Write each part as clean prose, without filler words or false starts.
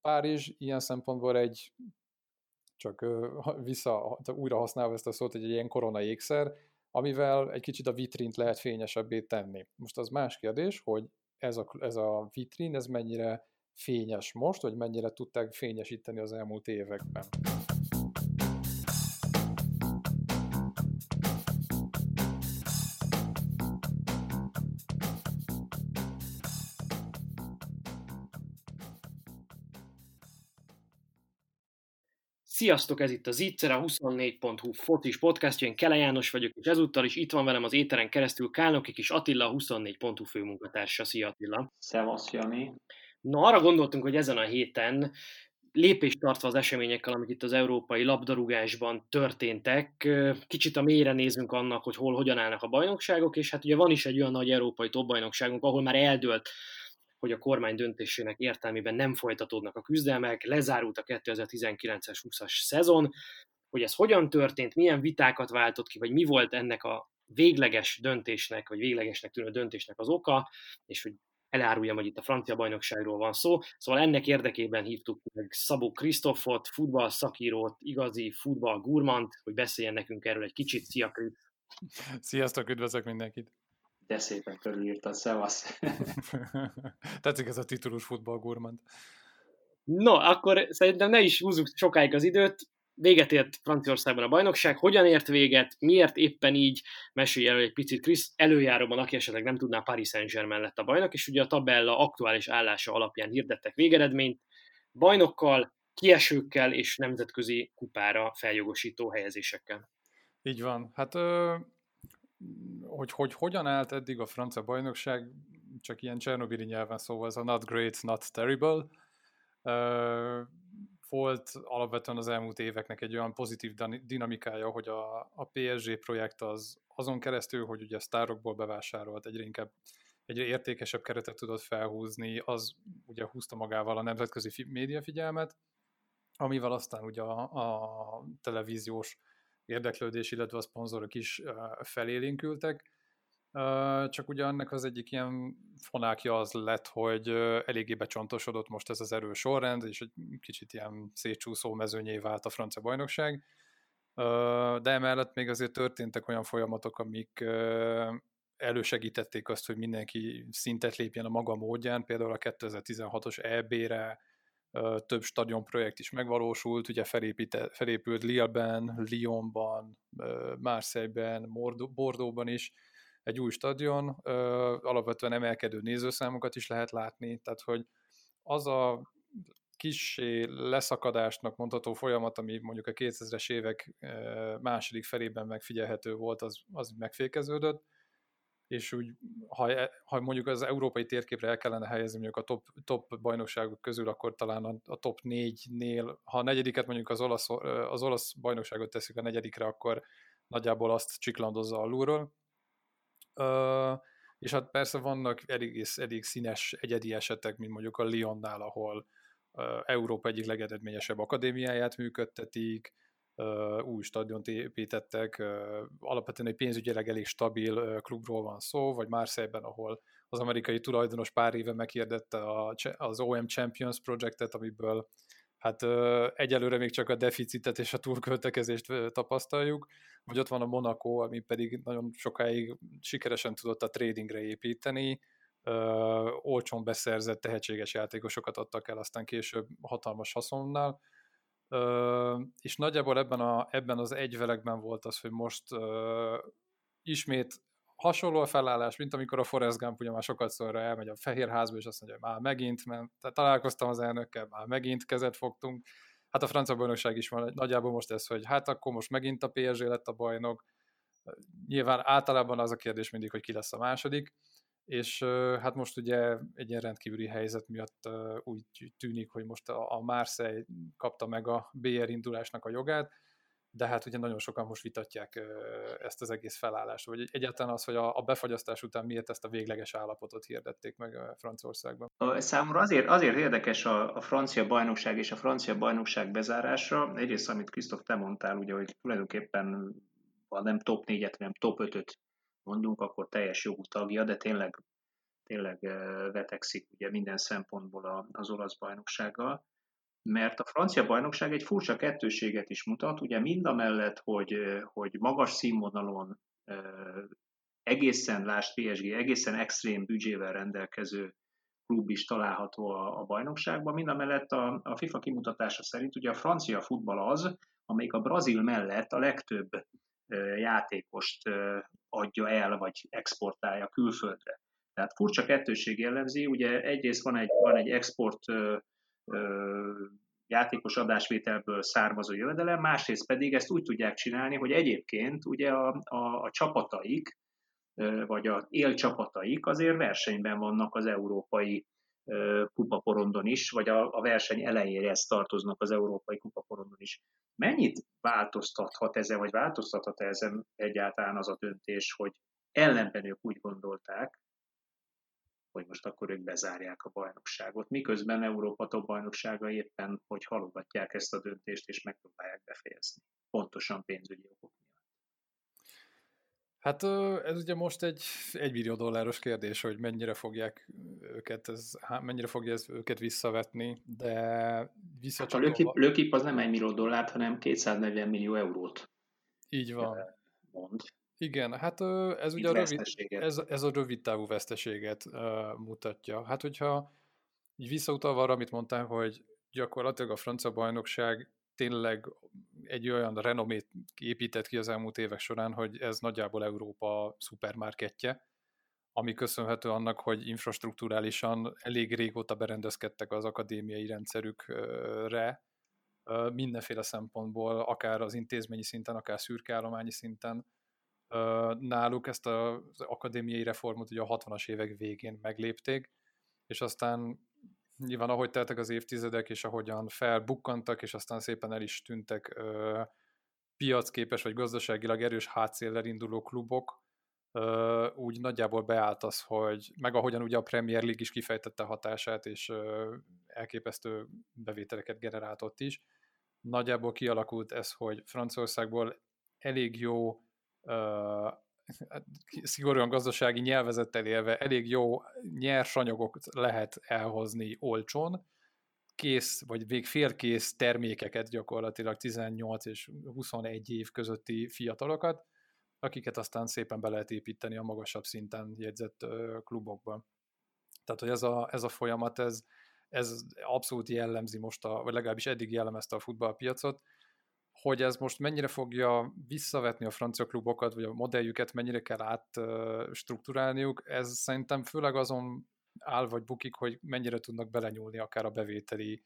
Párizs ilyen szempontból csak újra használva ezt a szót, egy ilyen korona ékszer, amivel egy kicsit a vitrint lehet fényesebbé tenni. Most az más kérdés, hogy ez a vitrin, ez mennyire fényes most, vagy mennyire tudták fényesíteni az elmúlt években. Sziasztok, ez itt az Ittszer, a 24.hu focis podcastja, én Kele János vagyok, és ezúttal is itt van velem az éteren keresztül Kálnoki Kis Attila, a 24.hu főmunkatársa. Szia Attila! Szevasz, Jani! Na, arra gondoltunk, hogy ezen a héten lépést tartva az eseményekkel, amik itt az európai labdarúgásban történtek, kicsit a mélyre nézünk annak, hogy hogyan állnak a bajnokságok, és hát ugye van is egy olyan nagy európai topbajnokságunk, ahol már eldőlt, hogy a kormány döntésének értelmében nem folytatódnak a küzdelmek, lezárult a 2019-es 20-as szezon, hogy ez hogyan történt, milyen vitákat váltott ki, vagy mi volt ennek a végleges döntésnek, vagy véglegesnek tűnő döntésnek az oka, és hogy eláruljam, hogy itt a francia bajnokságról van szó. Szóval ennek érdekében hívtuk meg Szabó Krisztofot, futballszakírót, igazi futballgurmant, hogy beszéljen nekünk erről egy kicsit. Szia, Krisz! Sziasztok, üdvözlök mindenkit! De szépen körülírtad, szevasz! Tetszik ez a titulus futballgurmand. No, akkor szerintem ne is húzzuk sokáig az időt. Véget ért Franciaországban a bajnokság. Hogyan ért véget? Miért éppen így? Mesélj el egy picit, Krisz. Előjáróban, aki esetleg nem tudná, Paris Saint-Germain lett a bajnok, és ugye a tabella aktuális állása alapján hirdettek végeredményt. Bajnokkal, kiesőkkel és nemzetközi kupára feljogosító helyezésekkel. Így van. Hát, hogy hogyan állt eddig a francia bajnokság, csak ilyen csernobili nyelven szóval ez a not great, not terrible. Volt alapvetően az elmúlt éveknek egy olyan pozitív dinamikája, hogy a PSG projekt azon keresztül, hogy ugye sztárokból bevásárolt, egyre értékesebb keretet tudott felhúzni, az ugye húzta magával a nemzetközi médiafigyelmet, amivel aztán ugye a televíziós érdeklődés, illetve a szponzorok is felélénkültek. Csak ugye ennek az egyik ilyen fonákja az lett, hogy eléggé becsontosodott most ez az erős sorrend, és egy kicsit ilyen szétcsúszó mezőnyé vált a francia bajnokság. De emellett még azért történtek olyan folyamatok, amik elősegítették azt, hogy mindenki szintet lépjen a maga módján, például a 2016-os EB-re több stadionprojekt is megvalósult, ugye felépült Lille-ben, Lyonban, Marseille-ben, Bordeauxban is egy új stadion, alapvetően emelkedő nézőszámokat is lehet látni, tehát hogy az a kissé leszakadásnak mondható folyamat, ami mondjuk a 2000-es évek második felében megfigyelhető volt, az megfékeződött, és úgy, ha mondjuk az európai térképre el kellene helyezni mondjuk a top bajnokságok közül, akkor talán a top 4-nél, ha a negyediket mondjuk az olasz bajnokságot teszik a negyedikre, akkor nagyjából azt csiklandozza alulról. És hát persze vannak elég színes egyedi esetek, mint mondjuk a Lyonnál, ahol Európa egyik legeredményesebb akadémiáját működtetik, új stadiont építettek, alapvetően egy pénzügyileg elég stabil klubról van szó, vagy Marseille-ben, ahol az amerikai tulajdonos pár éve meghirdette az OM Champions projektet, amiből hát egyelőre még csak a deficitet és a túlköltekezést tapasztaljuk, vagy ott van a Monaco, ami pedig nagyon sokáig sikeresen tudott a tradingre építeni, olcsón beszerzett tehetséges játékosokat adtak el, aztán később hatalmas haszonnal, és nagyjából ebben az egyvelegben volt az, hogy most ismét hasonló a felállás, mint amikor a Forrest Gump ugye már sokat szorra elmegy a Fehérházba, és azt mondja, hogy már megint, mert találkoztam az elnökkel, már megint kezet fogtunk. Hát a francia bajnokság is van nagyjából most ez, hogy hát akkor most megint a PSG lett a bajnok. Nyilván általában az a kérdés mindig, hogy ki lesz a második, és hát most ugye egy ilyen rendkívüli helyzet miatt úgy tűnik, hogy most a Marseille kapta meg a BR indulásnak a jogát, de hát ugye nagyon sokan most vitatják ezt az egész felállást, vagy egyáltalán az, hogy a befagyasztás után miért ezt a végleges állapotot hirdették meg Franciaországban. Számomra azért érdekes a francia bajnokság és a francia bajnokság bezárása. Egyrészt, amit Krisztof, te mondtál, ugye, hogy tulajdonképpen ha nem top 4-et, hanem top 5-öt mondunk, akkor teljes jogú tagja, de tényleg vetekszik ugye minden szempontból az olasz bajnoksággal. mert a francia bajnokság egy furcsa kettősséget is mutat, ugye mindamellett, hogy magas színvonalon egészen, lásd PSG, egészen extrém büdzsével rendelkező klub is található a bajnokságban, mindamellett a FIFA kimutatása szerint ugye a francia futball az, amelyik a brazil mellett a legtöbb játékost adja el, vagy exportálja külföldre. Tehát furcsa kettősség jellemzi, ugye egyrészt van egy export játékos adásvételből származó jövedelem, másrészt pedig ezt úgy tudják csinálni, hogy egyébként ugye a csapataik, vagy az élcsapataik azért versenyben vannak az európai kupaporondon is, vagy a verseny elejéhez tartoznak az európai kupaporondon is. Mennyit változtathat ezen, vagy változtathat ezen egyáltalán az a döntés, hogy ellenben ők úgy gondolták, hogy most akkor ők bezárják a bajnokságot, miközben Európa top bajnoksága éppen, hogy halogatják ezt a döntést, és megpróbálják befejezni. Pontosan pénzügyi okok miatt. Hát ez ugye most egy $1 millió kérdés, hogy mennyire fogják mennyire fogja ez őket visszavetni, de visszacsatolva... A Lökip az nem $1 millió, hanem 240 millió eurót. Így van. Mond. Igen, hát ez ugye ez a rövid távú veszteséget mutatja. Hát hogyha így visszautalva arra, amit mondtál, hogy gyakorlatilag a francia bajnokság tényleg egy olyan renomét épített ki az elmúlt évek során, hogy ez nagyjából Európa szupermarketje, ami köszönhető annak, hogy infrastrukturálisan elég régóta berendezkedtek az akadémiai rendszerükre, mindenféle szempontból, akár az intézményi szinten, akár szürkeállományi szinten. Náluk ezt az akadémiai reformot ugye a 60-as évek végén meglépték, és aztán nyilván ahogy teltek az évtizedek, és ahogyan felbukkantak, és aztán szépen el is tűntek piacképes vagy gazdaságilag erős hátszéllel induló klubok, úgy nagyjából beállt az, hogy meg ahogyan ugye a Premier League is kifejtette hatását, és elképesztő bevételeket generált ott is, nagyjából kialakult ez, hogy Franciaországból elég jó szigorúan gazdasági nyelvezettel élve elég jó nyersanyagokat lehet elhozni olcsón, kész vagy félkész termékeket gyakorlatilag 18 és 21 év közötti fiatalokat, akiket aztán szépen be lehet építeni a magasabb szinten jegyzett klubokban. Tehát, hogy ez a folyamat, ez abszolút jellemzi most, vagy legalábbis eddig jellemezte a futballpiacot, hogy ez most mennyire fogja visszavetni a francia klubokat, vagy a modelljüket mennyire kell átstruktúrálniuk, ez szerintem főleg azon áll vagy bukik, hogy mennyire tudnak belenyúlni akár a bevételi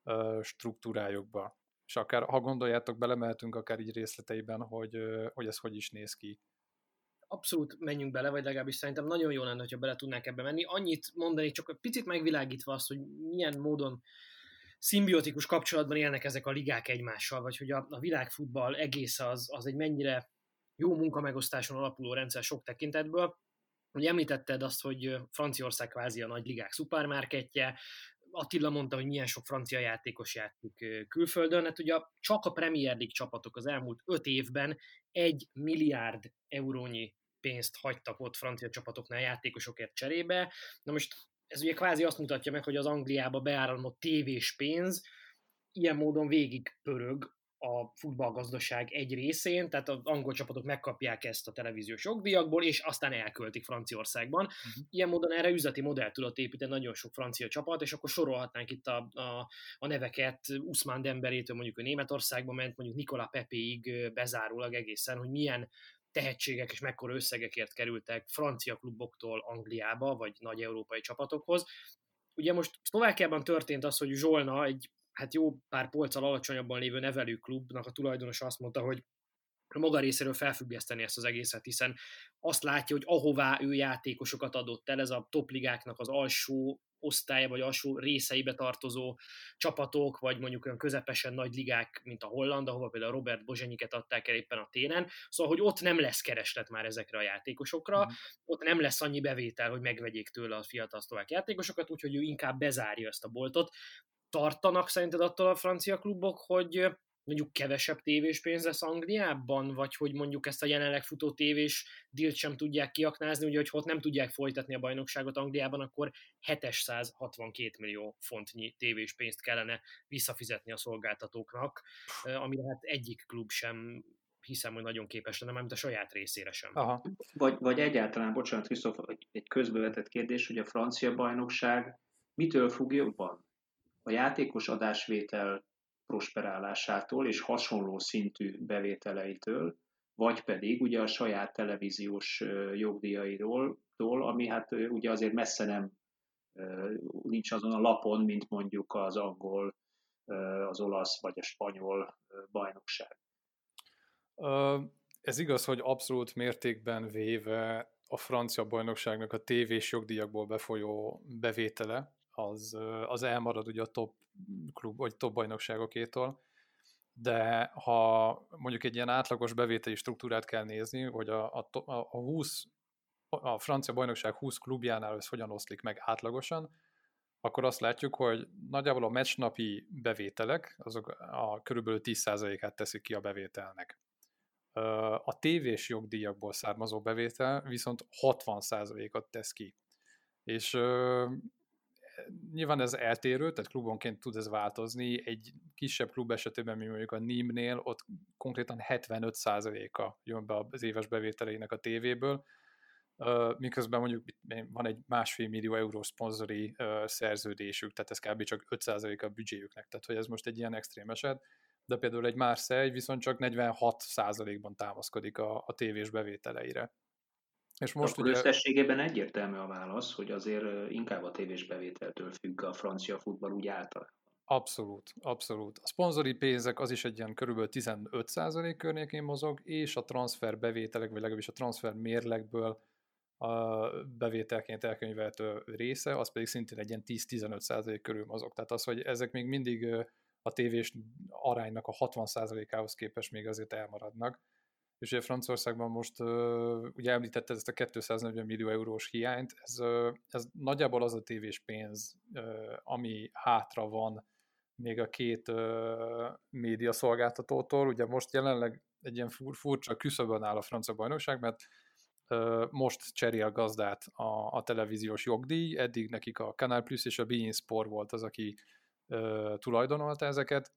struktúrájukba. És akár, ha gondoljátok, belemeltünk akár így részleteiben, hogy ez hogy is néz ki. Abszolút menjünk bele, vagy legalábbis szerintem nagyon jó lenne, hogyha bele tudnánk ebbe menni. Annyit mondani, csak egy picit megvilágítva azt, hogy milyen módon szimbiotikus kapcsolatban élnek ezek a ligák egymással, vagy hogy a világfutball egész az egy mennyire jó munkamegosztáson alapuló rendszer sok tekintetből. Ugye említetted azt, hogy Franciaország kvázi a nagy ligák szupermarketje, Attila mondta, hogy milyen sok francia játékos játszik külföldön, hát ugye csak a Premier League csapatok az elmúlt 5 évben 1 milliárd eurónyi pénzt hagytak ott francia csapatoknál játékosokért cserébe. Na most ez ugye kvázi azt mutatja meg, hogy az Angliába beáramlott tévés pénz ilyen módon végig pörög a futballgazdaság egy részén, tehát az angol csapatok megkapják ezt a televíziós jogdíjakból, és aztán elköltik Franciaországban. Ilyen módon erre üzleti modellt tudott építeni nagyon sok francia csapat, és akkor sorolhatnánk itt a neveket Ousmane Dembélétől, mondjuk ő Németországba ment, mondjuk Nicolas Pepéig bezárólag egészen, hogy milyen tehetségek és mekkora összegekért kerültek francia kluboktól Angliába, vagy nagy európai csapatokhoz. Ugye most Szlovákiában történt az, hogy Zsolna egy jó pár polccal alacsonyabban lévő nevelőklubnak a tulajdonosa azt mondta, hogy a maga részéről felfüggeszteni ezt az egészet, hiszen azt látja, hogy ahová ő játékosokat adott el, ez a topligáknak az alsó osztálya, vagy alsó részeibe tartozó csapatok, vagy mondjuk olyan közepesen nagy ligák, mint a holland, ahova például Robert Bozsenyiket adták el éppen a téren, szóval, hogy ott nem lesz kereslet már ezekre a játékosokra, ott nem lesz annyi bevétel, hogy megvegyék tőle a fiatal szlovák játékosokat, úgyhogy ő inkább bezárja ezt a boltot. Tartanak szerinted attól a francia klubok, hogy mondjuk kevesebb tévés pénz lesz Angliában, vagy hogy mondjuk ezt a jelenleg futó tévés dílt sem tudják kiaknázni, ugye, hogy ott nem tudják folytatni a bajnokságot Angliában, akkor 762 millió fontnyi tévés pénzt kellene visszafizetni a szolgáltatóknak, amire hát egyik klub sem hiszem, hogy nagyon képes lenne, mármint a saját részére sem. Aha. Vagy egyáltalán, bocsánat, Krisztóf, egy közbevetett kérdés, hogy a francia bajnokság mitől függ jobban? A játékos adásvétel prosperálásától és hasonló szintű bevételeitől, vagy pedig ugye a saját televíziós jogdíjairól, ami hát ugye azért messze nem nincs azon a lapon, mint mondjuk az angol, az olasz vagy a spanyol bajnokság. Ez igaz, hogy abszolút mértékben véve a francia bajnokságnak a tévés jogdíjakból befolyó bevétele, az elmarad ugye a top klub, vagy top bajnokságokétól, de ha mondjuk egy ilyen átlagos bevételi struktúrát kell nézni, hogy a francia bajnokság 20 klubjánál ez hogyan oszlik meg átlagosan, akkor azt látjuk, hogy nagyjából a meccsnapi bevételek, azok a körülbelül 10%-át teszik ki a bevételnek. A tévés jogdíjakból származó bevétel viszont 60%-ot tesz ki. És nyilván ez eltérő, tehát klubonként tud ez változni. Egy kisebb klub esetében, mint mondjuk a Nîmes-nél, ott konkrétan 75%-a jön be az éves bevételeinek a tévéből, miközben mondjuk van egy 1,5 millió eurós szponzori szerződésük, tehát ez kb. Csak 5% a büdzséjüknek, tehát hogy ez most egy ilyen extrém eset, de például egy Marseille viszont csak 46%-ban támaszkodik a tévés bevételeire. És most akkor ugye összességében egyértelmű a válasz, hogy azért inkább a tévés bevételtől függ a francia futball úgy általában. Abszolút, abszolút. A szponzori pénzek az is egy ilyen körülbelül 15% környékén mozog, és a transfer bevételek, vagy legalábbis a transfer mérlegből a bevételként elkönyvelhető része, az pedig szintén egy ilyen 10-15% körül mozog. Tehát az, hogy ezek még mindig a tévés aránynak a 60%-ához képest még azért elmaradnak. És ugye Franciaországban most ugye említetted ezt a 240 millió eurós hiányt, ez nagyjából az a tévés pénz, ami hátra van még a két média szolgáltatótól. Ugye most jelenleg egy ilyen furcsa küszöbön áll a francia bajnokság, mert most cserél gazdát a televíziós jogdíj, eddig nekik a Canal Plus és a beIN Sport volt az, aki tulajdonolta ezeket,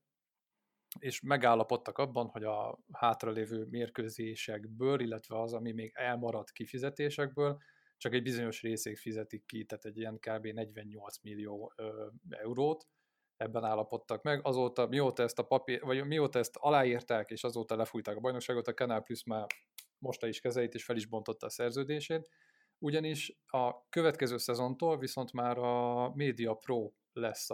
és megállapodtak abban, hogy a hátralévő mérkőzésekből, illetve az, ami még elmaradt kifizetésekből, csak egy bizonyos részét fizetik ki, tehát egy ilyen kb. 48 millió eurót, ebben állapodtak meg. Azóta, mióta ezt aláírták, és azóta lefújták a bajnokságot, a Canal Plus már mosta is kezeit, és fel is bontotta a szerződését, ugyanis a következő szezontól viszont már a Media Pro lesz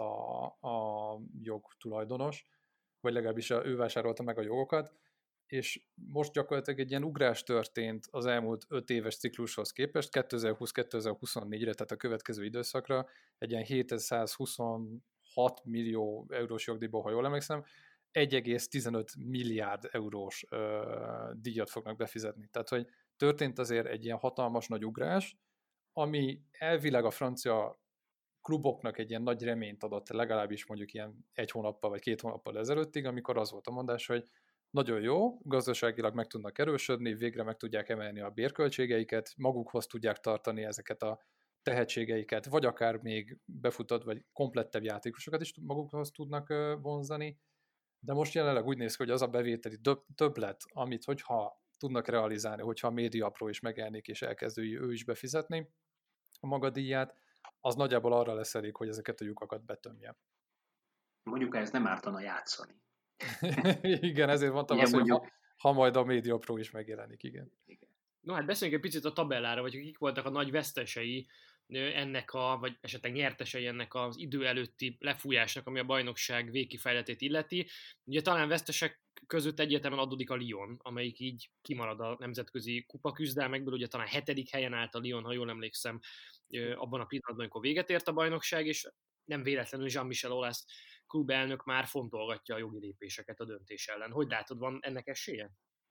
a jogtulajdonos, vagy legalábbis ő vásárolta meg a jogokat, és most gyakorlatilag egy ilyen ugrás történt az elmúlt 5 éves ciklushoz képest, 2020-2024-re, tehát a következő időszakra, egy ilyen 726 millió eurós jogdíjból, ha jól emlékszem, 1,15 milliárd eurós díjat fognak befizetni. Tehát, hogy történt azért egy ilyen hatalmas nagy ugrás, ami elvileg a francia kluboknak egy ilyen nagy reményt adott, legalábbis mondjuk ilyen 1 hónappal vagy 2 hónappal ezelőttig, amikor az volt a mondás, hogy nagyon jó, gazdaságilag meg tudnak erősödni, végre meg tudják emelni a bérköltségeiket, magukhoz tudják tartani ezeket a tehetségeiket, vagy akár még befutott, vagy komplettebb játékosokat is magukhoz tudnak vonzani, de most jelenleg úgy néz ki, hogy az a bevételi többlet, amit hogyha tudnak realizálni, hogyha a Media Pro is megjelenik, és elkezdő ő is befizetni a maga díját, az nagyjából arra lesz elég, hogy ezeket a lyukakat betömje. Mondjuk ez nem ártana játszani. Igen, ezért mondtam azt, mondjuk... hogy ha majd a Media Pro is megjelenik, igen. No hát beszéljünk egy picit a tabellára, vagy kik voltak a nagy vesztesei ennek vagy esetleg nyertesei ennek az idő előtti lefújásnak, ami a bajnokság végkifejletét illeti. Ugye talán vesztesek között egyértelműen adódik a Lyon, amelyik így kimarad a nemzetközi kupaküzdelmekből, ugye talán 7. helyen állt a Lyon, ha jól emlékszem, abban a pillanatban, amikor véget ért a bajnokság, és nem véletlenül Jean-Michel Aulas klubelnök már fontolgatja a jogi lépéseket a döntés ellen. Hogy látod, van ennek esélye?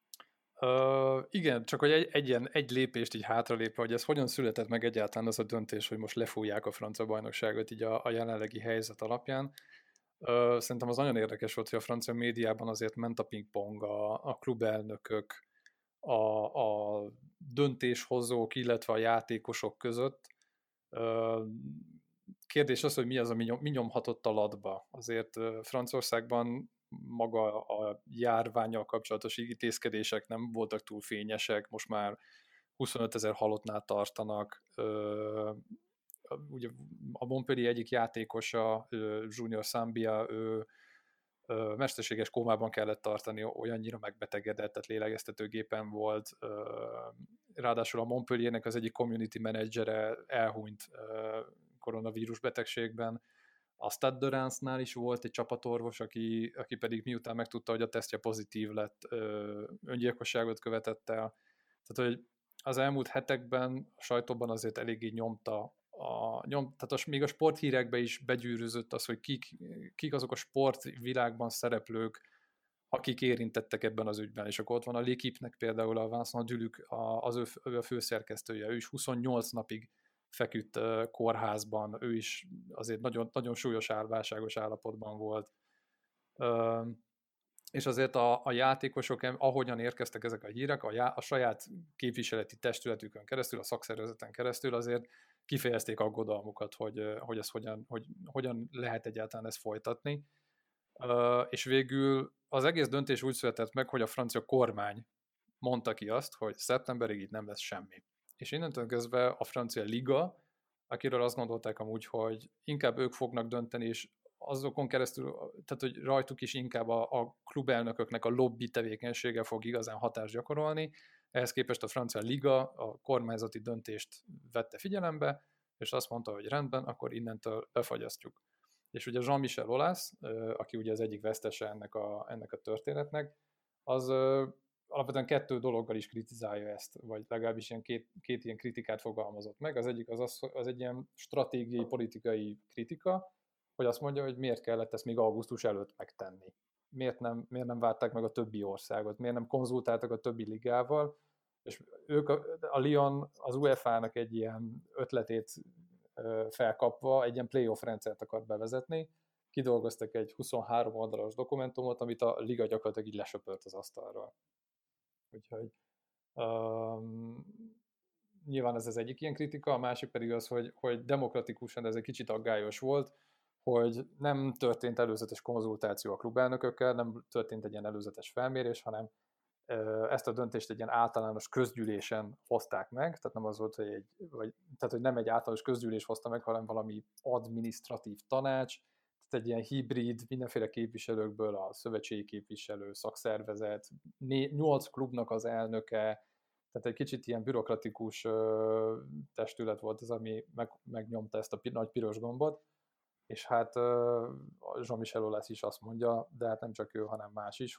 Igen, csak hogy egy lépést így hátralépve, hogy ez hogyan született meg egyáltalán az a döntés, hogy most lefújják a francia bajnokságot így a jelenlegi helyzet alapján. Szerintem az nagyon érdekes volt, hogy a francia médiában azért ment a pingpong, a klubelnökök, a döntéshozók, illetve a játékosok között. Kérdés az, hogy mi az, mi nyomhatott a latba. Azért Franciaországban maga a járvánnyal kapcsolatos intézkedések nem voltak túl fényesek, most már 25 000 halottnál tartanak. Ugye a Montpellier egyik játékosa, Junior Sambia, ő mesterséges kómában kellett tartani, olyannyira megbetegedett, tehát lélegeztetőgépen volt. Ráadásul a Montpelliernek az egyik community menedzsere elhunyt koronavírus betegségben. A Stade de Reims-nál is volt egy csapatorvos, aki pedig miután megtudta, hogy a tesztje pozitív lett, öngyilkosságot követett el. Tehát, hogy az elmúlt hetekben a sajtóban azért eléggé nyomta, tehát még a sporthírekbe is begyűrűzött az, hogy kik azok a sportvilágban szereplők, akik érintettek ebben az ügyben. És akkor ott van a L'Équipe-nek például a Vincent Duluc, ő a főszerkesztője, ő is 28 napig feküdt kórházban, ő is azért nagyon, nagyon súlyos válságos állapotban volt. És azért a játékosok, ahogyan érkeztek ezek a hírek, a saját képviseleti testületükön keresztül, a szakszervezeten keresztül azért kifejezték aggodalmukat, hogy ez hogyan lehet egyáltalán ezt folytatni. És végül az egész döntés úgy született meg, hogy a francia kormány mondta ki azt, hogy szeptemberig itt nem lesz semmi. És innentől kezdve a francia liga, akiről azt gondolták amúgy, hogy inkább ők fognak dönteni, és azokon keresztül, tehát hogy rajtuk is inkább a klubelnököknek a lobby tevékenysége fog igazán hatást gyakorolni. Ehhez képest a francia liga a kormányzati döntést vette figyelembe, és azt mondta, hogy rendben, akkor innentől befagyasztjuk. És ugye Jean-Michel Aulas, aki ugye az egyik vesztese ennek a történetnek, az alapvetően 2 dologgal is kritizálja ezt, vagy legalábbis két ilyen kritikát fogalmazott meg. Az egyik az egy ilyen stratégiai, politikai kritika, hogy azt mondja, hogy miért kellett ezt még augusztus előtt megtenni. Miért nem várták meg a többi országot, miért nem konzultáltak a többi ligával, és ők, a Lyon az UEFA-nak egy ilyen ötletét felkapva egy ilyen playoff rendszert akart bevezetni, kidolgoztak egy 23 oldalas dokumentumot, amit a liga gyakorlatilag így lesöpört az asztalról. Úgyhogy nyilván ez az egyik ilyen kritika, a másik pedig az, hogy demokratikusan ez egy kicsit aggályos volt, hogy nem történt előzetes konzultáció a klubelnökökkel, nem történt egy ilyen előzetes felmérés, hanem ezt a döntést egy ilyen általános közgyűlésen hozták meg, tehát nem az volt, hogy nem egy általános közgyűlés hozta meg, hanem valami adminisztratív tanács, tehát egy ilyen hibrid, mindenféle képviselőkből a szövetségi képviselő, szakszervezet, 8 klubnak az elnöke, tehát egy kicsit ilyen bürokratikus testület volt az, ami megnyomta ezt a nagy piros gombot, és hát Jean-Michel Aulas is azt mondja, de hát nem csak ő, hanem más is,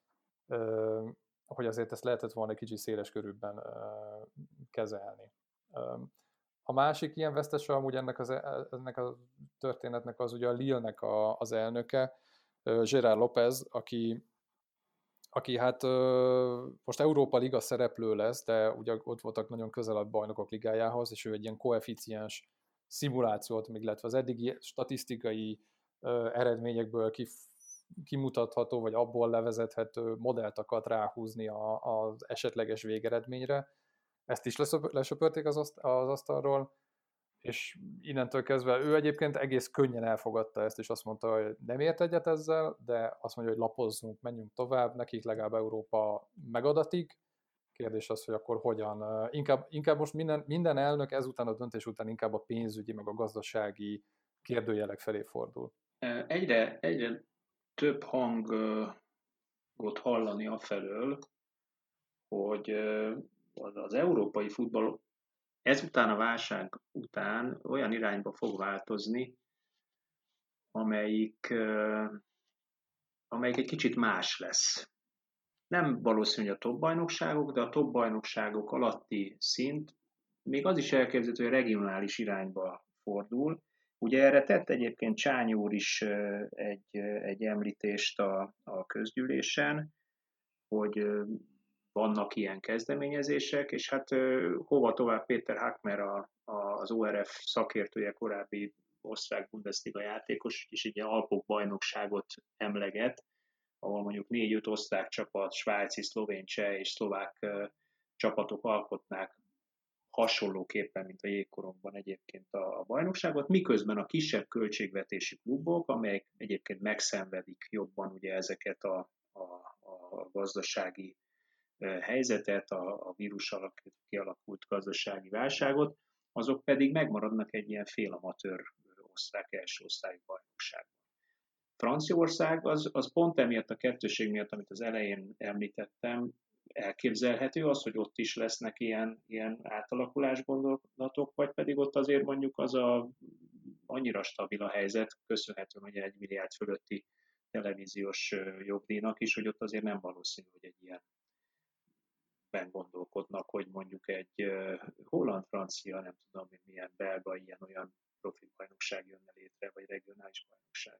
hogy azért ezt lehetett volna egy kicsit széles körülben kezelni. A másik ilyen vesztese amúgy ennek a történetnek az ugye a Lille-nek az elnöke, Gérard Lopez, aki hát most Európa Liga szereplő lesz, de ugye ott voltak nagyon közel a Bajnokok Ligájához, és ő egy ilyen koeficiens szimulációt, illetve az eddigi statisztikai eredményekből kimutatható, vagy abból levezethető modellt akart ráhúzni az esetleges végeredményre. Ezt is lesöpörték az asztalról, és innentől kezdve ő egyébként egész könnyen elfogadta ezt, és azt mondta, hogy nem ért egyet ezzel, de azt mondja, hogy lapozzunk, menjünk tovább, nekik legalább Európa megadatik. Kérdés az, hogy akkor hogyan. Inkább most minden elnök ezután a döntés után inkább a pénzügyi, meg a gazdasági kérdőjelek felé fordul. Egyre több hangot hallani afelől, hogy az európai futball ezután a válság után olyan irányba fog változni, amelyik egy kicsit más lesz. Nem valószínű, hogy a top bajnokságok, de a top bajnokságok alatti szint, még az is elképzelhető, hogy regionális irányba fordul. Ugye erre tett egyébként Csányi úr is egy említést a közgyűlésen, hogy vannak ilyen kezdeményezések, és hát hova tovább Péter Hakmer az ORF szakértője, korábbi osztrák Bundesliga játékos, és egy Alpok bajnokságot emleget, ahol mondjuk 4-5 osztrák csapat, svájci, szlovén, cseh és szlovák csapatok alkotnák hasonlóképpen, mint a jégkorongban egyébként a bajnokságot, miközben a kisebb költségvetési klubok, amelyek egyébként megszenvedik jobban ugye ezeket a gazdasági helyzetet, a vírussal kialakult gazdasági válságot, azok pedig megmaradnak egy ilyen félamatőr osztrák első osztályú bajnokságban. Franciaország az pont emiatt a kettőség miatt, amit az elején említettem, elképzelhető az, hogy ott is lesznek ilyen átalakulás gondolatok, vagy pedig ott azért mondjuk az annyira stabil a helyzet, köszönhetően ugye 1 milliárd fölötti televíziós jogdíjnak is, hogy ott azért nem valószínű, hogy egy ilyenben gondolkodnak, hogy mondjuk egy holland-francia, nem tudom, milyen belga, ilyen-olyan profi bajnokság jönne létre, vagy regionális bajnokság.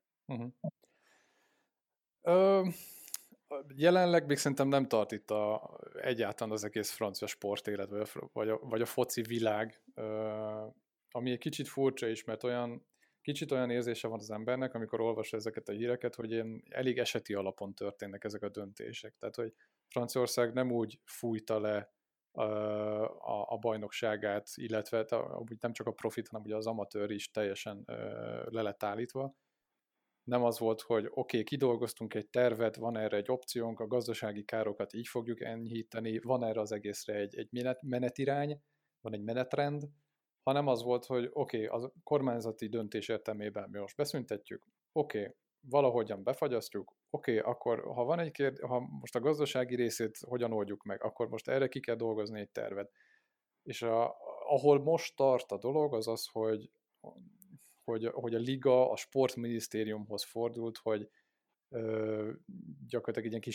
Jelenleg még szerintem nem tart itt egyáltalán az egész francia sportélet, vagy a foci világ, ami egy kicsit furcsa is, mert kicsit olyan érzése van az embernek, amikor olvas ezeket a híreket, hogy elég eseti alapon történnek ezek a döntések. Tehát, hogy Franciaország nem úgy fújta le a bajnokságát, illetve nem csak a profit, hanem ugye az amatőr is teljesen le lett állítva. Nem az volt, hogy oké, kidolgoztunk egy tervet, van erre egy opciónk, a gazdasági károkat így fogjuk enyhíteni, van erre az egészre egy menetirány, van egy menetrend, hanem az volt, hogy oké, a kormányzati döntés értelmében mi most beszüntetjük, oké, valahogyan befagyasztjuk, oké, akkor ha van egy ha most a gazdasági részét hogyan oldjuk meg, akkor most erre ki kell dolgozni egy tervet. És ahol most tart a dolog, az az, hogy a liga a sportminisztériumhoz fordult, hogy gyakorlatilag egy ilyen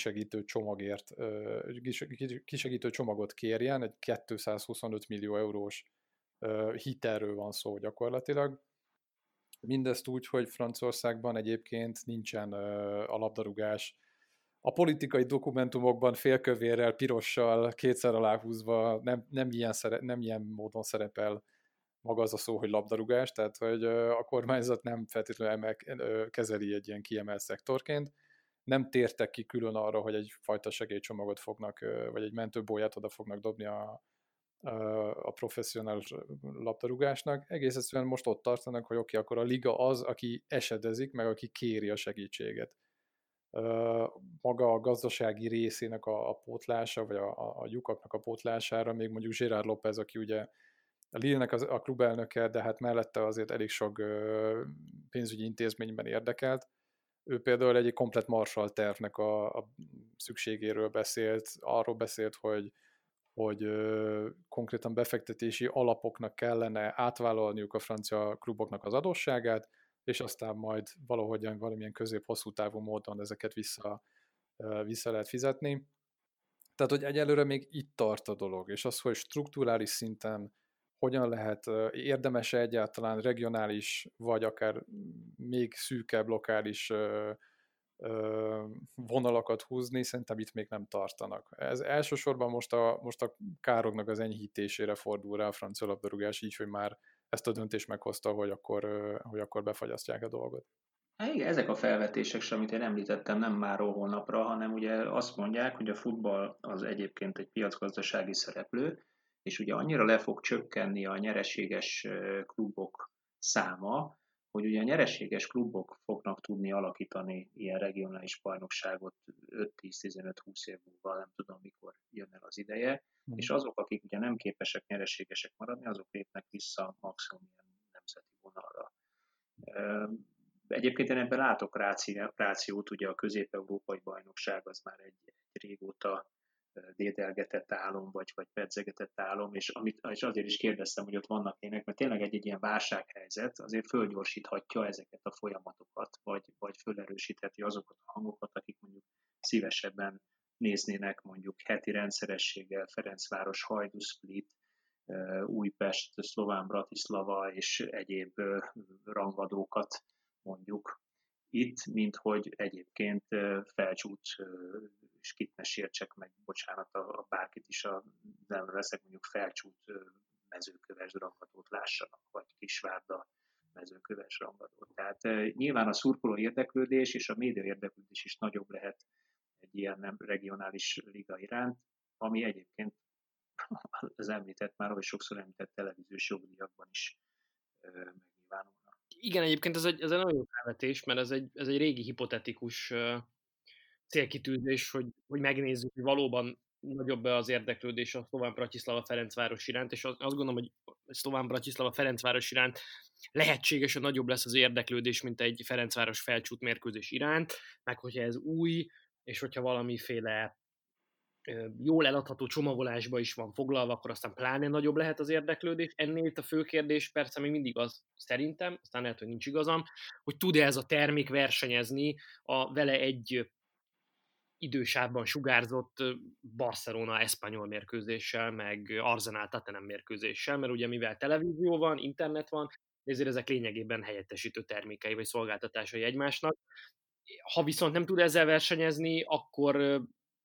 kisegítő csomagot kérjen, egy 225 millió eurós hitelről van szó gyakorlatilag. Mindezt úgy, hogy Franciaországban egyébként nincsen a labdarúgás. A politikai dokumentumokban félkövérrel, pirossal, kétszer aláhúzva nem ilyen módon szerepel maga az a szó, hogy labdarúgás, tehát hogy a kormányzat nem feltétlenül kezeli egy ilyen kiemelt szektorként. Nem tértek ki külön arra, hogy egyfajta segélycsomagot fognak, vagy egy mentőbóját oda fognak dobni a professzionális labdarúgásnak. Egész egyszerűen most ott tartanak, hogy oké, akkor a liga az, aki esedezik, meg aki kéri a segítséget. Maga a gazdasági részének a pótlása, vagy a lyukaknak a pótlására, még mondjuk Gérard López, aki ugye a Lille-nek a klubelnöke, de hát mellette azért elég sok pénzügyi intézményben érdekelt. Ő például egy komplett Marshall tervnek a szükségéről beszélt, arról beszélt, hogy konkrétan befektetési alapoknak kellene átvállalniuk a francia kluboknak az adósságát, és aztán majd valahogyan valamilyen közép-hosszú távú módon ezeket vissza lehet fizetni. Tehát, hogy egyelőre még itt tart a dolog, és az, hogy strukturális szinten hogyan lehet, érdemes-e egyáltalán regionális, vagy akár még szűkebb lokális vonalakat húzni, szerintem itt még nem tartanak. Ez elsősorban most a károknak az enyhítésére fordul rá a francia labdarúgás, így, hogy már ezt a döntést meghozta, hogy akkor befagyasztják a dolgot. Hát igen, ezek a felvetések, amit én említettem, nem máról holnapra, hanem ugye azt mondják, hogy a futball az egyébként egy piacgazdasági szereplő, és ugye annyira le fog csökkenni a nyereséges klubok száma, hogy ugye a nyereséges klubok fognak tudni alakítani ilyen regionális bajnokságot 5-10-15-20 év múlva, nem tudom mikor jön el az ideje, és azok, akik ugye nem képesek nyereségesek maradni, azok lépnek vissza maximum ilyen nemzeti vonalra. Egyébként én ebben látok rációt, ugye a közép-európai bajnokság az már egy régóta dédelgetett álom, vagy pedzegetett álom, és azért is kérdeztem, hogy ott vannak ének, mert tényleg egy ilyen válsághelyzet azért fölgyorsíthatja ezeket a folyamatokat, vagy fölerősítheti azokat a hangokat, akik mondjuk szívesebben néznének mondjuk heti rendszerességgel Ferencváros, Hajdú Split, Újpest, Szlován Bratislava és egyéb rangadókat mondjuk itt, mint hogy egyébként Felcsút, és kit ne sértsek meg, bocsánat, a bárkit is, nem veszek mondjuk Felcsút Mezőköves rangadót lássanak, vagy Kisvárda mezőköves rangadót. Tehát nyilván a szurkoló érdeklődés és a média érdeklődés is nagyobb lehet egy ilyen nem regionális liga iránt, ami egyébként az említett, már ahogy sokszor említett televíziós jogdíjakban is megnyilvánulna. Igen, egyébként ez egy nagyon jó felvetés, mert ez egy régi hipotetikus célkitűzés, hogy megnézzük, hogy valóban nagyobb az érdeklődés a Slovan Bratislava Ferencváros iránt, és azt gondolom, hogy Slovan Bratislava Ferencváros iránt lehetséges, hogy nagyobb lesz az érdeklődés, mint egy Ferencváros Felcsút mérkőzés iránt, meg hogyha ez új, és hogyha valamiféle jól eladható csomagolásba is van foglalva, akkor aztán pláne nagyobb lehet az érdeklődés. Ennél itt a fő kérdés persze még mindig az szerintem, aztán lehet, hogy nincs igazam, hogy tud-e ez a termék versenyezni a vele egy idősávban sugárzott Barcelona Espanyol mérkőzéssel, meg Arsenal Tottenham mérkőzéssel, mert ugye mivel televízió van, internet van, ezért ezek lényegében helyettesítő termékei vagy szolgáltatásai egymásnak. Ha viszont nem tud ezzel versenyezni, akkor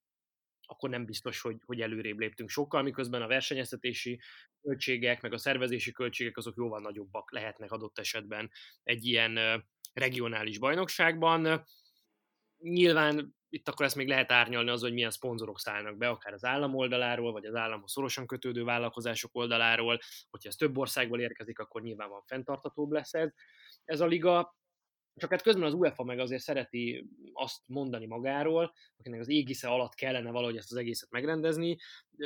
nem biztos, hogy előrébb léptünk sokkal, miközben a versenyeztetési költségek, meg a szervezési költségek azok jóval nagyobbak lehetnek adott esetben egy ilyen regionális bajnokságban. Nyilván itt akkor ezt még lehet árnyalni az, hogy milyen szponzorok szállnak be, akár az állam oldaláról, vagy az államhoz szorosan kötődő vállalkozások oldaláról. Hogyha ez több országból érkezik, akkor nyilván fenntarthatóbb lesz ez a liga. Csak hát közben az UEFA meg azért szereti azt mondani magáról, akinek az égisze alatt kellene valahogy ezt az egészet megrendezni,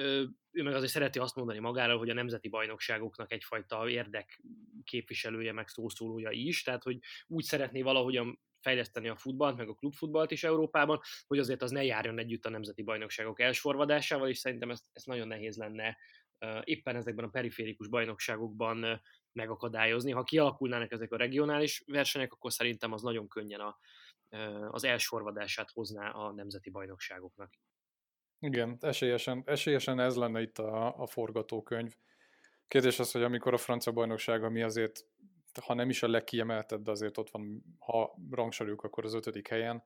ő meg azért szereti azt mondani magáról, hogy a nemzeti bajnokságoknak egyfajta érdekképviselője, meg szószólója is, tehát hogy úgy szeretné valahogyan fejleszteni a futballt, meg a klubfutballt is Európában, hogy azért az ne járjon együtt a nemzeti bajnokságok elsorvadásával, és szerintem ezt nagyon nehéz lenne éppen ezekben a periférikus bajnokságokban megakadályozni. Ha kialakulnának ezek a regionális versenyek, akkor szerintem az nagyon könnyen az elsorvadását hozná a nemzeti bajnokságoknak. Igen, esélyesen ez lenne itt a forgatókönyv. Kérdés az, hogy amikor a francia bajnokság, ami azért, ha nem is a legkiemeltebb, de azért ott van, ha rangsoroljuk, akkor az 5. helyen,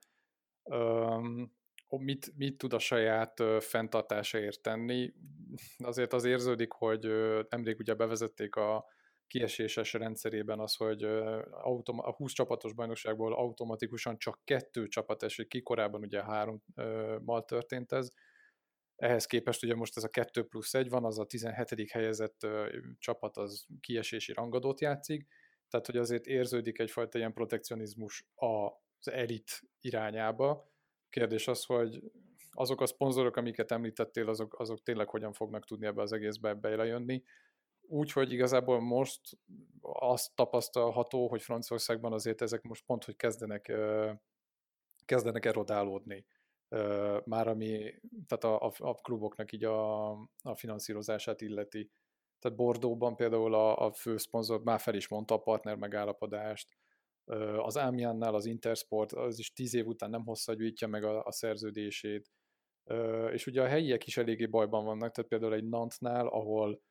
mit tud a saját fenntartásáért tenni? Azért az érződik, hogy nemrég ugye bevezették a kieséses rendszerében az, hogy a 20 csapatos bajnokságból automatikusan csak 2 csapat esik ki, korábban ugye 3-mal történt ez. Ehhez képest ugye most ez a 2+1 van, az a 17. helyezett csapat az kiesési rangadót játszik, tehát hogy azért érződik egyfajta ilyen protekcionizmus az elit irányába. Kérdés az, hogy azok a szponzorok, amiket említettél, azok tényleg hogyan fognak tudni ebbe az egészbe belejönni. Úgyhogy igazából most azt tapasztalható, hogy Franciaországban azért ezek most pont, hogy kezdenek erodálódni. Már ami tehát a kluboknak így a finanszírozását illeti. Tehát Bordeauxban például a fő szponzor már fel is mondta a partner megállapodást. Az Amiensnál az Intersport az is 10 év után nem hosszabbítja meg a szerződését. És ugye a helyiek is eléggé bajban vannak, tehát például egy Nantnál, ahol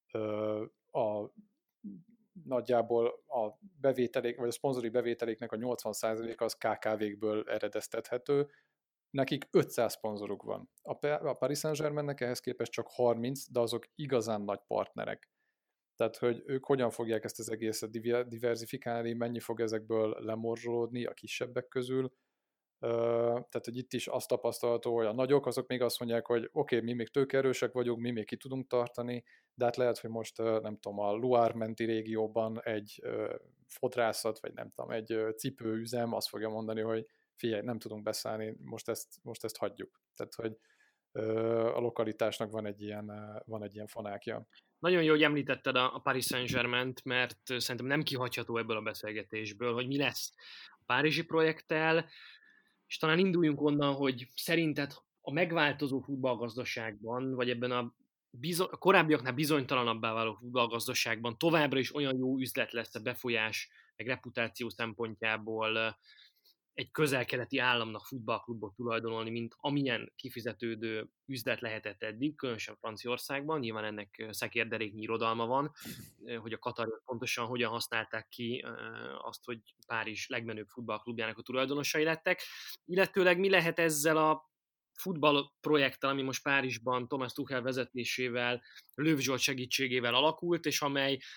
nagyjából a bevételék, vagy a szponzori bevételéknek a 80%-a az KKV-kből eredeztethető, nekik 500 szponzoruk van. A Paris Saint-Germainnek ehhez képest csak 30, de azok igazán nagy partnerek. Tehát, hogy ők hogyan fogják ezt az egészet diversifikálni, mennyi fog ezekből lemorzsolódni a kisebbek közül. Tehát, hogy itt is azt tapasztalható, hogy a nagyok, azok még azt mondják, hogy oké, mi még tőkeerősek vagyunk, mi még ki tudunk tartani, de hát lehet, hogy most nem tudom, a Loire menti régióban egy fodrászat, vagy nem tudom, egy cipőüzem azt fogja mondani, hogy figyelj, nem tudunk beszállni, most ezt hagyjuk. Tehát, hogy a lokalitásnak van egy ilyen fonákja. Nagyon jó, hogy említetted a Paris Saint-Germaint, mert szerintem nem kihagyható ebből a beszélgetésből, hogy mi lesz a párizsi projekttel, és talán induljunk onnan, hogy szerinted a megváltozó futballgazdaságban, vagy ebben a korábbiaknál bizonytalanabbá váló futballgazdaságban továbbra is olyan jó üzlet lesz a befolyás, meg reputáció szempontjából egy közel-keleti államnak futballklubot tulajdonolni, mint amilyen kifizetődő üzlet lehetett eddig, különösen Franciaországban. Nyilván ennek szekérderéknyi irodalma van, hogy a katariak pontosan hogyan használták ki azt, hogy Párizs legmenőbb futballklubjának a tulajdonosai lettek. Illetőleg mi lehet ezzel a futballprojekttel, ami most Párizsban Thomas Tuchel vezetésével, Löw Zsolt segítségével alakult, és amely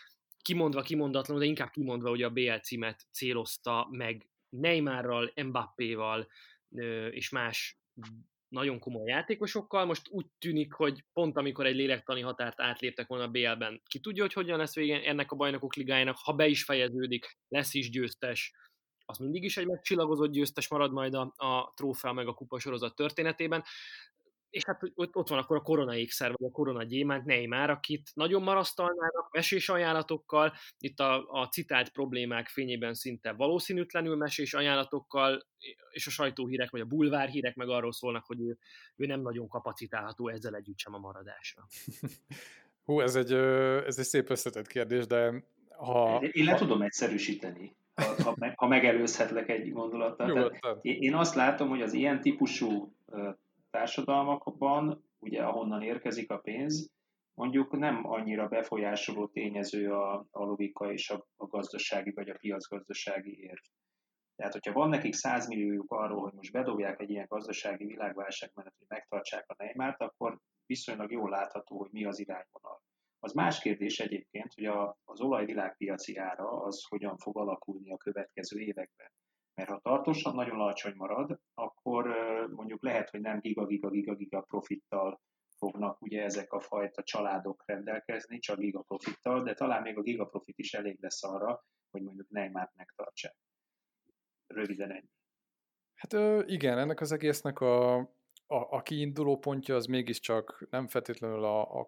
kimondatlanul, de inkább kimondva, hogy a BL címet célozta meg Neymarral, Mbappéval és más nagyon komoly játékosokkal. Most úgy tűnik, hogy pont amikor egy lélektani határt átléptek volna a BL-ben, ki tudja, hogy hogyan lesz vége ennek a bajnokok ligájának, ha be is fejeződik, lesz is győztes, az mindig is egy megcsillagozott győztes marad majd a trófea meg a kupasorozat történetében. És hát ott van akkor a korona ékszer, vagy a korona gyémánt, Neymar, akit nagyon marasztalnának mesés ajánlatokkal, itt a citált problémák fényében szinte valószínűtlenül mesés ajánlatokkal, és a sajtóhírek, vagy a bulvárhírek meg arról szólnak, hogy ő nem nagyon kapacitálható ezzel együtt sem a maradásra. Hú, ez egy szép összetett kérdés, de Én le tudom egyszerűsíteni, ha megelőzhetlek egy gondolattal. Én azt látom, hogy az ilyen típusú társadalmakban, ugye ahonnan érkezik a pénz, mondjuk nem annyira befolyásoló tényező a logika és a gazdasági vagy a piacgazdasági érv. Tehát, hogyha van nekik 100 milliójuk arról, hogy most bedobják egy ilyen gazdasági világválság mellett, hogy megtartsák a Neymart, akkor viszonylag jól látható, hogy mi az irányvonal. Az más kérdés egyébként, hogy az olajvilágpiaci ára az hogyan fog alakulni a következő években. Mert ha tartósan nagyon alacsony marad, akkor mondjuk lehet, hogy nem giga profittal fognak ugye ezek a fajta családok rendelkezni, csak giga profittal, de talán még a giga profit is elég lesz arra, hogy mondjuk Neymart megtartsák. Röviden ennyi. Hát igen, ennek az egésznek a kiinduló pontja az mégiscsak nem feltétlenül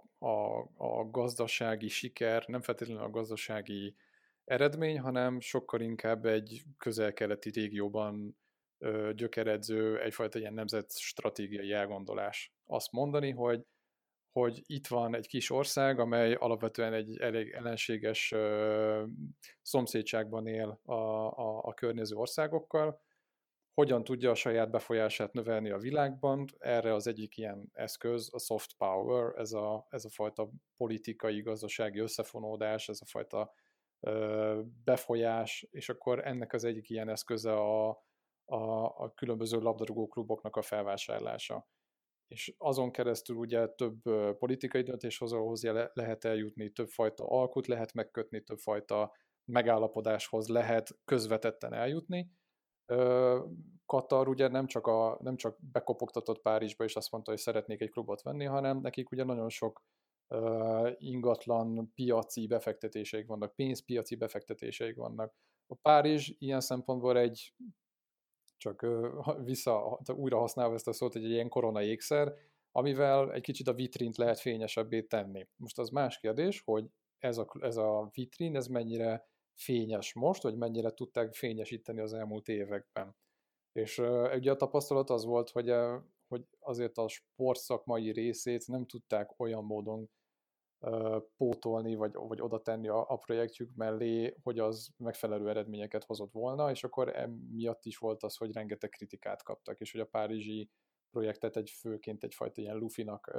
a gazdasági siker, nem feltétlenül a gazdasági eredmény, hanem sokkal inkább egy közel-keleti régióban gyökeredző egyfajta ilyen nemzetstratégiai elgondolás. Azt mondani, hogy itt van egy kis ország, amely alapvetően egy elég ellenséges szomszédságban él a környező országokkal, hogyan tudja a saját befolyását növelni a világban. Erre az egyik ilyen eszköz a soft power, ez a fajta politikai, gazdasági összefonódás, ez a fajta befolyás, és akkor ennek az egyik ilyen eszköze a különböző labdarúgó kluboknak a felvásárlása. És azon keresztül ugye több politikai döntéshozóhoz lehet eljutni, többfajta alkut lehet megkötni, többfajta megállapodáshoz lehet közvetetten eljutni. Katar ugye nem csak bekopogtatott Párizsba és azt mondta, hogy szeretnék egy klubot venni, hanem nekik ugye nagyon sok ingatlan piaci befektetéseik vannak, pénzpiaci befektetéseik vannak. A Párizs ilyen szempontból csak újra használva ezt a szót, egy ilyen korona ékszer, amivel egy kicsit a vitrint lehet fényesebbé tenni. Most az más kérdés, hogy ez a vitrin, ez mennyire fényes most, vagy mennyire tudták fényesíteni az elmúlt években. És ugye a tapasztalat az volt, hogy azért a sportszakmai részét nem tudták olyan módon pótolni, vagy oda tenni a projektjük mellé, hogy az megfelelő eredményeket hozott volna, és akkor emiatt is volt az, hogy rengeteg kritikát kaptak, és hogy a párizsi projektet főként egyfajta ilyen lufinak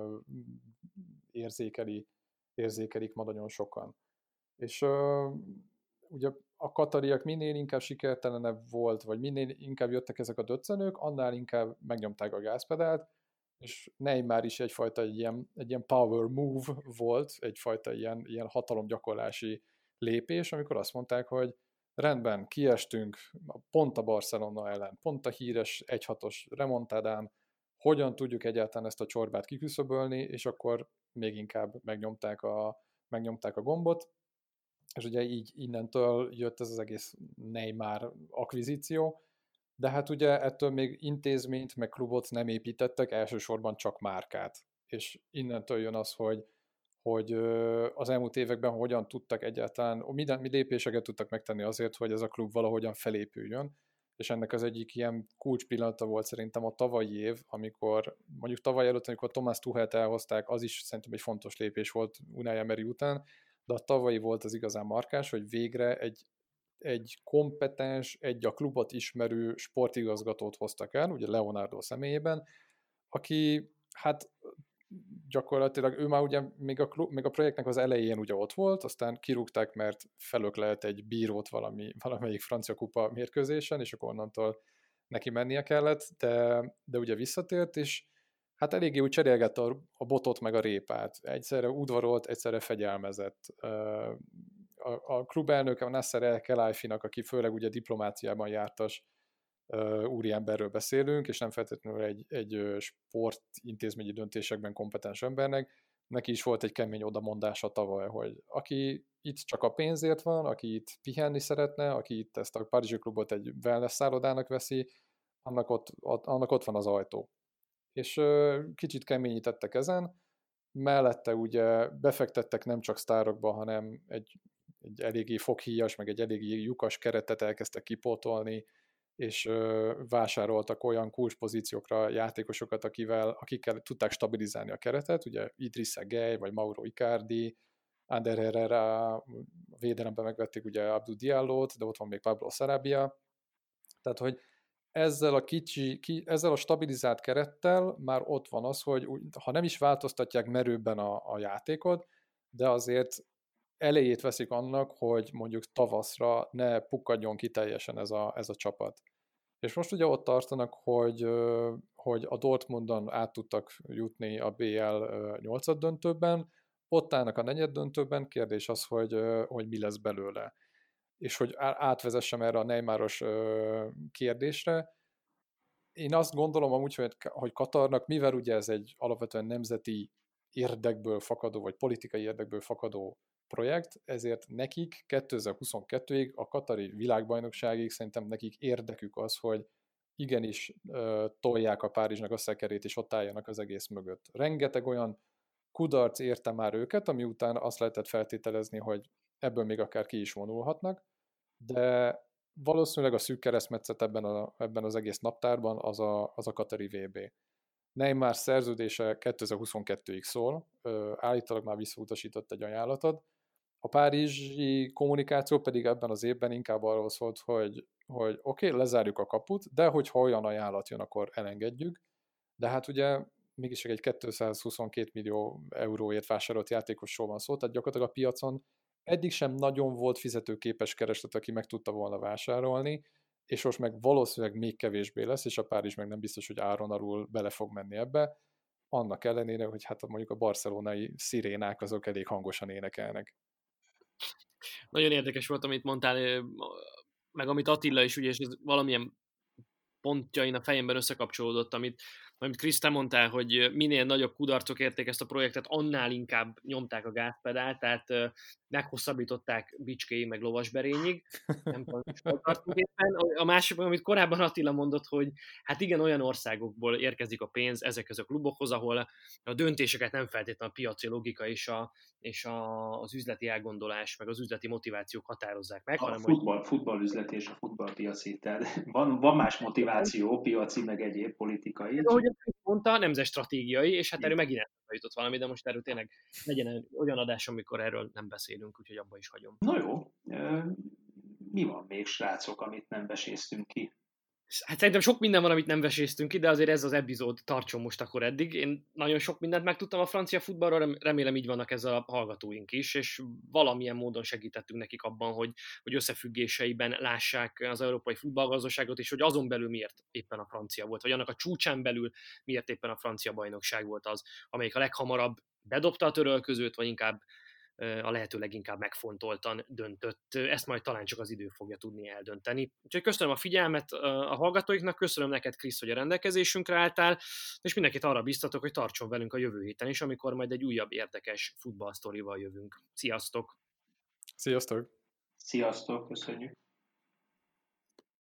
érzékelik ma nagyon sokan. És ugye a katariak minél inkább sikertelenebb volt, vagy minél inkább jöttek ezek a döccenők, annál inkább megnyomták a gázpedált, és Neymar is egyfajta egy ilyen power move volt, egyfajta ilyen hatalomgyakorlási lépés, amikor azt mondták, hogy rendben, kiestünk pont a Barcelona ellen, pont a híres 1-6-os remontádán, hogyan tudjuk egyáltalán ezt a csorbát kiküszöbölni, és akkor még inkább megnyomták a gombot, és ugye így innentől jött ez az egész Neymar akvizíció, de hát ugye ettől még intézményt, meg klubot nem építettek, elsősorban csak márkát. És innentől jön az, hogy az elmúlt években hogyan tudtak egyáltalán, mi lépéseket tudtak megtenni azért, hogy ez a klub valahogyan felépüljön, és ennek az egyik ilyen kulcspillanata volt szerintem a tavalyi év, amikor, mondjuk tavaly előtt, amikor Thomas Tuchelt elhozták, az is szerintem egy fontos lépés volt Unai Emery után, de a tavalyi volt az igazán markás, hogy végre egy kompetens, a klubot ismerő sportigazgatót hoztak el, ugye Leonardo személyében, aki hát gyakorlatilag ő már ugye még a projektnek az elején ugye ott volt, aztán kirúgták, mert felöklelt egy bírót valamelyik francia kupa mérkőzésen, és akkor onnantól neki mennie kellett, de ugye visszatért, és hát eléggé úgy cserélgette a botot meg a répát. Egyszerre udvarolt, egyszerre fegyelmezett. a klubelnöke, a Nasser El Khelaifi-nak, aki főleg ugye diplomáciában jártas úriemberről beszélünk, és nem feltétlenül egy sportintézményi döntésekben kompetens embernek, neki is volt egy kemény odamondása tavaly, hogy aki itt csak a pénzért van, aki itt pihenni szeretne, aki itt ezt a Párizsi klubot egy wellness szállodának veszi, annak ott van az ajtó. És kicsit keményítettek ezen, mellette ugye befektettek nem csak sztárokba, hanem egy eléggé foghíjas, meg egy eléggé lyukas keretet elkezdtek kipótolni, és vásároltak olyan kulcspozíciókra játékosokat, akikkel tudták stabilizálni a keretet, ugye Idrissa Gueye, vagy Mauro Icardi, Ander Herrera, védelemben megvették ugye Abdou Diallót, de ott van még Pablo Sarabia, tehát hogy ezzel a stabilizált kerettel már ott van az, hogy ha nem is változtatják merőbben a játékot, de azért elejét veszik annak, hogy mondjuk tavaszra ne pukkadjon ki teljesen ez a csapat. És most ugye ott tartanak, hogy a Dortmundon át tudtak jutni a BL 8. döntőben, ott állnak a 4. döntőben, kérdés az, hogy mi lesz belőle. És hogy átvezessem erre a Neymaros kérdésre, én azt gondolom amúgy, hogy Katarnak, mivel ugye ez egy alapvetően nemzeti érdekből fakadó, vagy politikai érdekből fakadó projekt, ezért nekik 2022-ig, a katari világbajnokságig szerintem nekik érdekük az, hogy igenis tolják a Párizsnak a szekerét, és ott álljanak az egész mögött. Rengeteg olyan kudarc érte már őket, ami után azt lehetett feltételezni, hogy ebből még akár ki is vonulhatnak, de valószínűleg a szűk keresztmetszet ebben az egész naptárban az a katari VB. Neymar szerződése 2022-ig szól, állítólag már visszautasított egy ajánlatot. A párizsi kommunikáció pedig ebben az évben inkább arról szólt, hogy oké, lezárjuk a kaput, de hogyha olyan ajánlat jön, akkor elengedjük. De hát ugye mégis egy 222 millió euróért vásárolt játékosról van szó, tehát gyakorlatilag a piacon eddig sem nagyon volt fizetőképes kereslet, aki meg tudta volna vásárolni, és most meg valószínűleg még kevésbé lesz, és a Párizs meg nem biztos, hogy áron alul bele fog menni ebbe, annak ellenére, hogy hát mondjuk a barcelonai szirénák azok elég hangosan énekelnek. Nagyon érdekes volt, amit mondtál, meg amit Attila is, ugye, és ez valamilyen pontjain a fejemben összekapcsolódott, amit Krisz, te mondtál, hogy minél nagyobb kudarcok érték ezt a projektet, annál inkább nyomták a gázpedált, tehát meghosszabbították Bicskéig, meg Lovasberényig. Nem tudom, hogy hol tartunk éppen. A másik, amit korábban Attila mondott, hogy hát igen, olyan országokból érkezik a pénz ezekhez a klubokhoz, ahol a döntéseket nem feltétlenül a piaci logika és az üzleti elgondolás, meg az üzleti motivációk határozzák meg. A futballüzleti és a futballpiaci, tehát van más motiváció, piaci, meg egyéb politikai. Ahogy mondta, nemzetstratégiai, és hát erről megint jutott valami, de most erről tényleg legyen olyan adás, amikor erről nem beszélünk, úgyhogy abba is hagyom. Na jó, mi van még, srácok, amit nem veséztünk ki? Hát szerintem sok minden van, amit nem veséztünk ki, de azért ez az epizód tartson most akkor eddig. Én nagyon sok mindent megtudtam a francia futballról, remélem így vannak ezzel a hallgatóink is, és valamilyen módon segítettünk nekik abban, hogy összefüggéseiben lássák az európai futballgazdaságot, és hogy azon belül miért éppen a francia volt, vagy annak a csúcsán belül miért éppen a francia bajnokság volt az, amelyik a leghamarabb bedobta a törölközőt, vagy inkább a lehető leginkább megfontoltan döntött. Ezt majd talán csak az idő fogja tudni eldönteni. Úgyhogy köszönöm a figyelmet a hallgatóiknak, köszönöm neked, Krisz, hogy a rendelkezésünkre álltál, és mindenkit arra biztatok, hogy tartson velünk a jövő héten is, amikor majd egy újabb érdekes futballsztorival jövünk. Sziasztok! Sziasztok! Sziasztok, köszönjük!